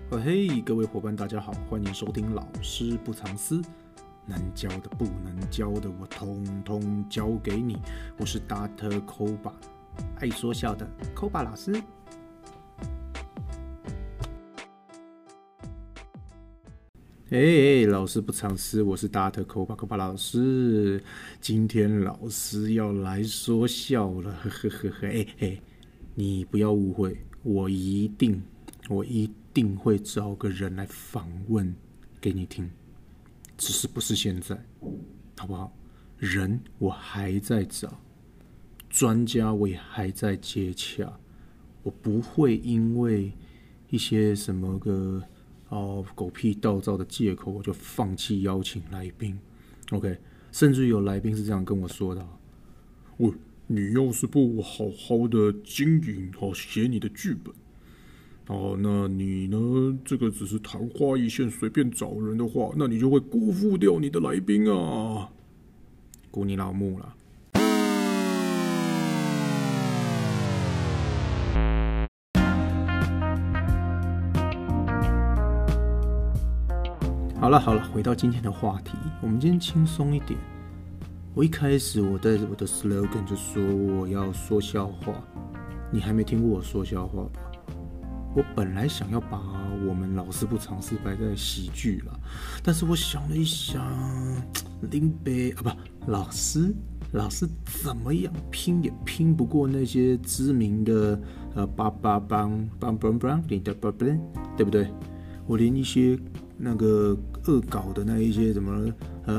嘿，各位伙伴，大家好，欢迎收听老师不藏私，能教的不能教的，我通通教给你。我是达特抠爸，爱说笑的抠爸老师。老师不藏私，我是达特抠爸老师。今天老师要来说笑了，呵呵呵。你不要误会，我一定会找个人来访问给你听，只是不是现在，好不好？人我还在找，专家我也还在接洽，我不会因为一些什么个狗屁倒灶的借口，我就放弃邀请来宾。OK， 甚至有来宾是这样跟我说的：喂，你要是不好好的经营，写你的剧本。那你呢？这个只是昙花一现，随便找人的话，那你就会辜负掉你的来宾啊！顾你老母啦！好了，回到今天的话题，我们今天轻松一点。我一开始我在我的 slogan 就说我要说笑话，你还没听过我说笑话吧？我本来想要把我们老师不藏私摆在喜剧啦，但是我想了一想，林北老师怎么样拼也拼不过那些知名的对不对？我连一些那个恶搞的那一些什么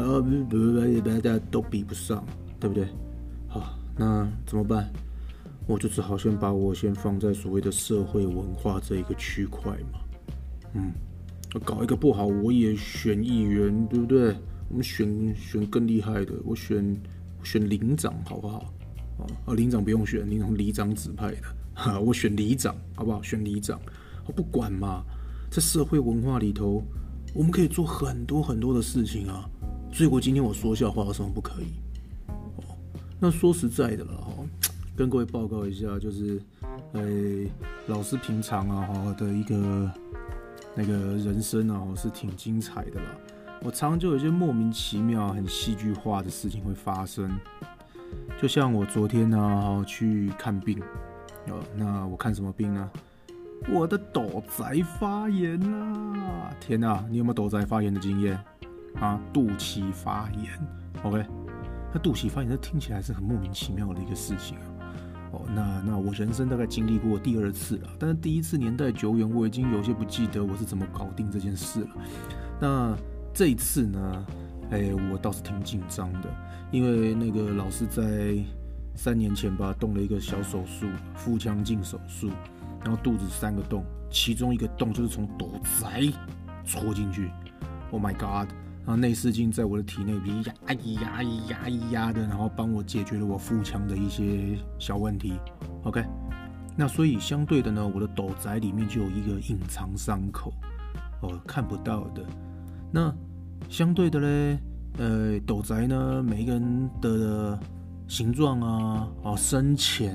都比不上，对不对？好，那怎么办？我就只好把我先放在所谓的社会文化这一个区块嘛。搞一个不好，我也选议员，对不对？我们选更厉害的，我选领长，好不好？领长不用选，领长里长指派的，我选里长，好不好？选里长，不管嘛，在社会文化里头，我们可以做很多很多的事情啊。所以我今天我说笑话有什么不可以？那说实在的了，跟各位报告一下，就是老师平常的一个那个人生是挺精彩的啦。我常常就有一些莫名其妙、很戏剧化的事情会发生。就像我昨天去看病，那我看什么病呢？我的斗宅发炎啦！天哪，你有没有斗宅发炎的经验啊？肚脐发炎 ，OK？ 那肚脐发炎，这听起来是很莫名其妙的一个事情啊。那我人生大概经历过第二次了，但是第一次年代久远，我已经有些不记得我是怎么搞定这件事了。那这一次呢，我倒是挺紧张的，因为那个老师在3年前吧动了一个小手术，腹腔镜手术，然后肚子3个洞，其中一个洞就是从斗宅戳进去。Oh my god！然后内视镜在我的体内压的，然后帮我解决了我腹腔的一些小问题。OK， 那所以相对的呢，我的斗宅里面就有一个隐藏伤口，看不到的。那相对的嘞，斗宅呢，每一个人的形状深浅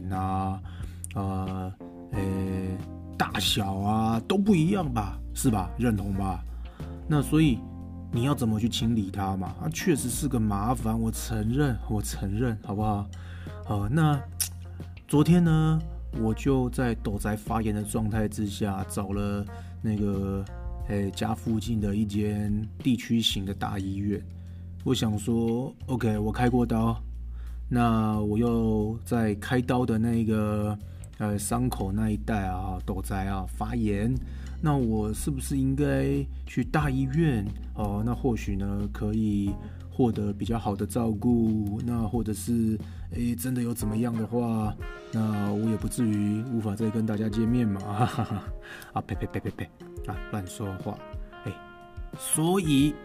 大小都不一样吧，是吧？认同吧？那所以你要怎么去清理它嘛？它确实是个麻烦，我承认，好不好？那昨天呢，我就在斗宅发炎的状态之下，找了那个家附近的一间地区型的大医院。我想说 ，OK， 我开过刀，那我又在开刀的那个伤口那一带斗宅发炎。那我是不是应该去大医院？那或许呢可以获得比较好的照顾。那或者是真的有怎么样的话，那我也不至于无法再跟大家见面嘛。呸！乱说话。所以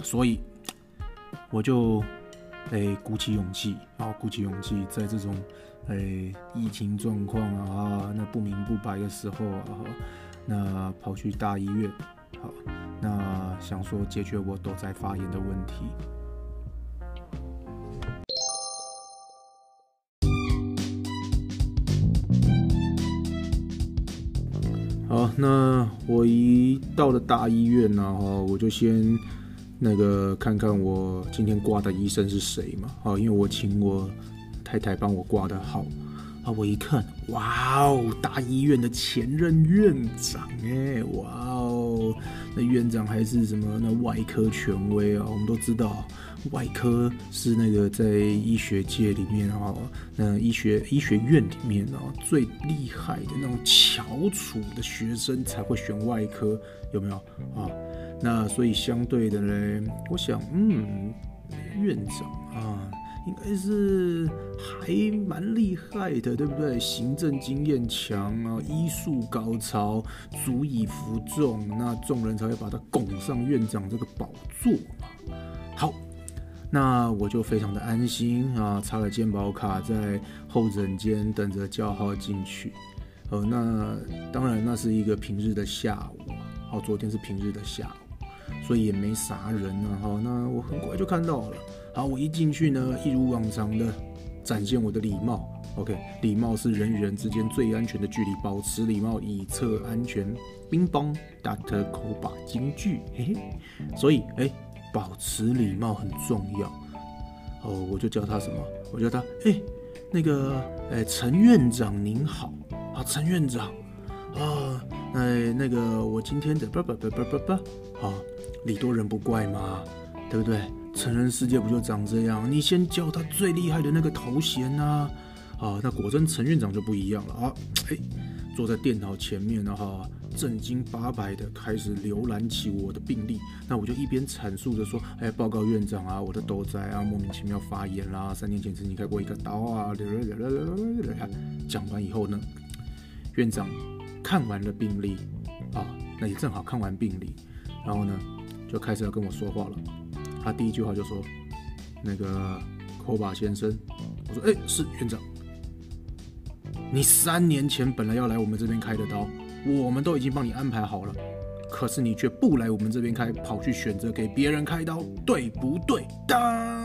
我就鼓起勇气，在这种疫情状况那不明不白的时候那跑去大医院，好，那想说解决我斗宅发炎的问题。 好，那我一到了大医院呢，我就先看看我今天挂的医生是谁嘛。因为我请我太太帮我挂的号。我一看，哇哦，大医院的前任院长哇哦，那院长还是什么那外科权威啊？我们都知道，外科是在医学界里面那医学院里面最厉害的那种翘楚的学生才会选外科，有没有啊？那所以相对的嘞，我想，院长应该是还蛮厉害的，对不对？行政经验强医术高超，足以服众，那众人才会把他拱上院长这个宝座嘛。好，那我就非常的安心插了健保卡，在候诊间等着叫号进去。那当然那是一个平日的下午，昨天是平日的下午，所以也没啥人那我很快就看到了。好，我一进去呢，一如往常的展现我的礼貌。OK， 礼貌是人与人之间最安全的距离，保持礼貌以策安全。乒乓 Dr. Koba 金句，所以保持礼貌很重要。我就叫他什么？我叫他陈院长您好陈院长我今天的礼多人不怪嘛，对不对？成人世界不就长这样？你先叫他最厉害的那个头衔那果真陈院长就不一样了坐在电脑前面正经八百的开始浏览起我的病历。那我就一边阐述着说，报告院长我的斗宅莫名其妙发炎啦，3年前曾经开过一个刀讲完以后呢，院长看完了病历那也正好看完病历，然后呢就开始要跟我说话了。他第一句话就说Koba 先生，我说是院长，你3年前本来要来我们这边开的刀，我们都已经帮你安排好了，可是你却不来我们这边开，跑去选择给别人开刀，对不对？当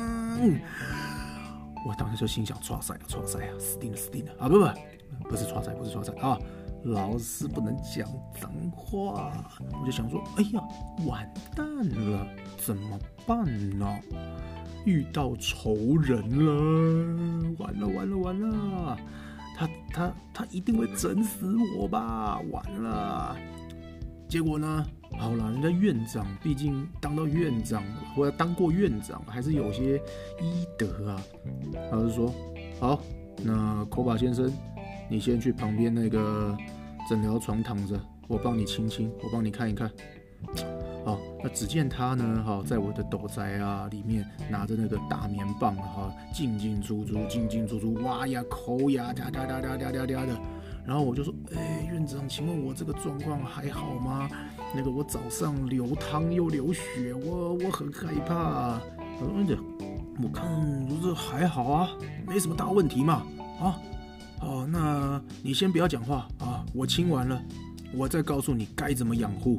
我当时就心想，唰塞死定了不是唰塞老师不能讲脏话。我就想说，完蛋了，怎么办呢？遇到仇人了，完了，他一定会整死我吧，完了。结果呢，好啦，人家院长毕竟当到院长，或者当过院长，还是有些医德他就说，好，那Koba先生，你先去旁边那个诊疗床躺着，我帮你清清，我帮你看一看。那只见他呢，在我的斗宅里面拿着那个大棉棒进进出出，挖呀抠呀，哒的。然后我就说，院长，请问我这个状况还好吗？我早上流汤又流血，我很害怕。我看就是还好没什么大问题嘛。那你先不要讲话我清完了，我再告诉你该怎么养护。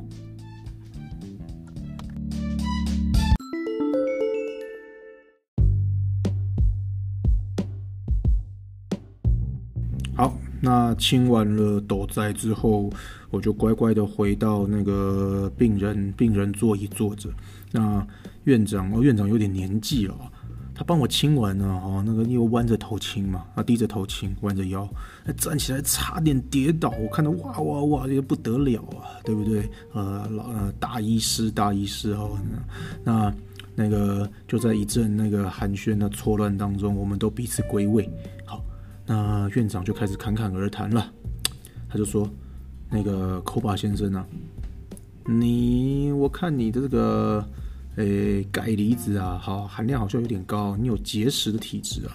好，那清完了斗宅之后，我就乖乖的回到那个病人座椅坐着。那院长有点年纪了，他帮我清完了因为弯着头清嘛，低着头清，弯着腰，站起来差点跌倒，我看到哇，这个不得了对不对？大医师那个就在一阵寒暄的错乱当中，我们都彼此归位。好，那院长就开始侃侃而谈了，他就说Koba 先生我看你的这个钙离子含量好像有点高，你有结石的体质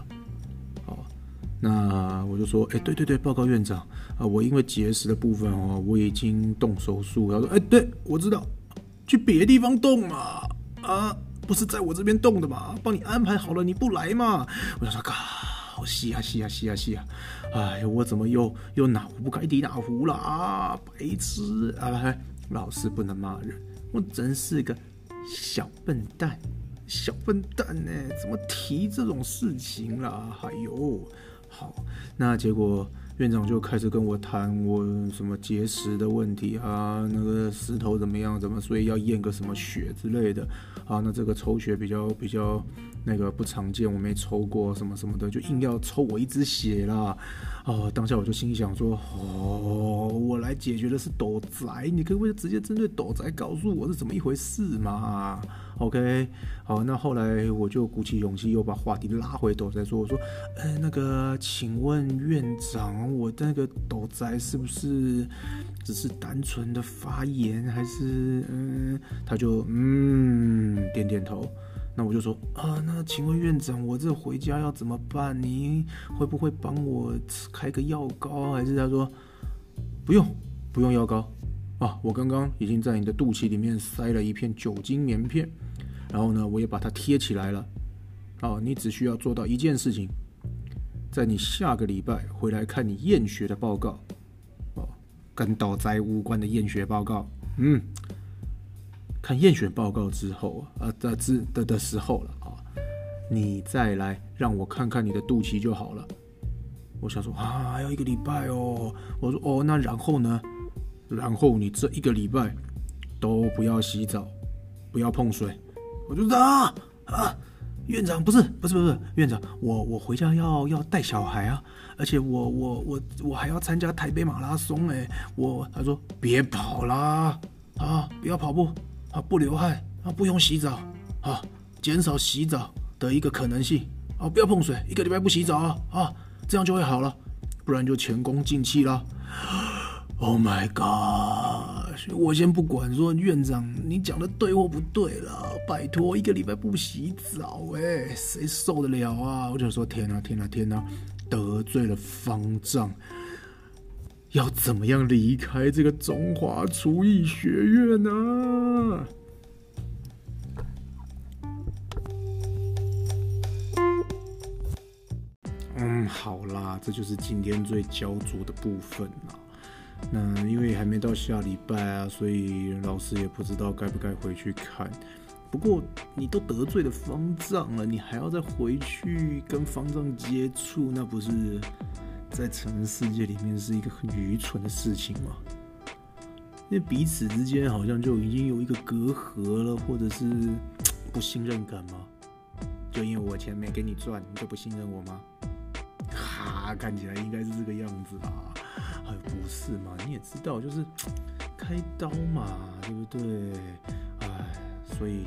那我就说对，报告院长我因为结石的部分我已经动手术。他说对，我知道，去别的地方动嘛不是在我这边动的嘛，帮你安排好了你不来嘛。我就说是啊，我怎么又哪壶不开提哪壶了白痴老师不能骂人，我真是个小笨蛋呢，怎么提这种事情啦？ 好，那结果院长就开始跟我谈我什么结石的问题啊，那个石头怎么样，所以要验个什么血之类的啊。那这个抽血比较那个不常见，我没抽过什么什么的，就硬要抽我一支血啦。当下我就心想说，我来解决的是斗宅，你可不可以直接针对斗宅告诉我是怎么一回事嘛 ？OK， 好，那后来我就鼓起勇气又把话题拉回斗宅，我说，那个，请问院长，我那个斗宅是不是只是单纯的发炎，还是他就点点头。那我就说那请问院长，我这回家要怎么办？你会不会帮我开个药膏？还是他说不用药膏啊，我刚刚已经在你的肚脐里面塞了一片酒精棉片，然后呢，我也把它贴起来了。你只需要做到一件事情，在你下个礼拜回来看你验血的报告，跟斗宅无关的验血报告，看验血报告之后的时候了你再来让我看看你的肚脐就好了。我想说还要1个礼拜哦。我说那然后呢？然后你这1个礼拜都不要洗澡，不要碰水。我就说院长不是院长，我回家要带小孩啊，而且我还要参加台北马拉松他说别跑啦不要跑步不流汗不用洗澡减少洗澡的一个可能性不要碰水，1个礼拜不洗澡这样就会好了，不然就前功尽弃了。Oh my god！ 我先不管说院长你讲的对或不对了，拜托1个礼拜不洗澡谁受得了啊？我就说天哪，得罪了方丈，要怎么样离开这个中华厨艺学院呢？好啦，这就是今天最焦灼的部分啦。那因为还没到下礼拜所以老师也不知道该不该回去看。不过你都得罪了方丈了，你还要再回去跟方丈接触，那不是在成人世界里面是一个很愚蠢的事情吗？因为彼此之间好像就已经有一个隔阂了，或者是不信任感吗？就因为我钱没给你赚，你就不信任我吗？看起来应该是这个样子啦。不是嘛？你也知道，就是开刀嘛，对不对？所以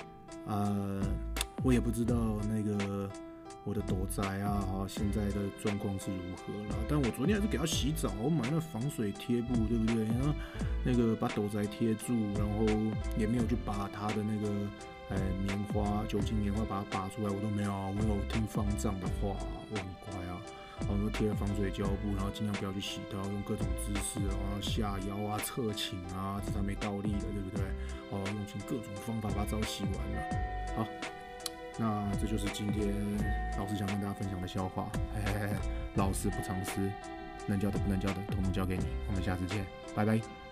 我也不知道那个我的斗宅现在的状况是如何了。但我昨天还是给他洗澡，我买那防水贴布，对不对？然后那个把斗宅贴住，然后也没有去拔他的那个酒精棉花把它拔出来，我都没有。我有听方丈的话，我很乖我都贴了防水胶布，然后尽量不要去洗刀，用各种姿势下腰侧倾这才没倒立的，对不对？用尽各种方法把澡洗完了。好，那这就是今天老师想跟大家分享的笑话。老师不藏私，能教的不能教的，统统教给你。我们下次见，拜拜。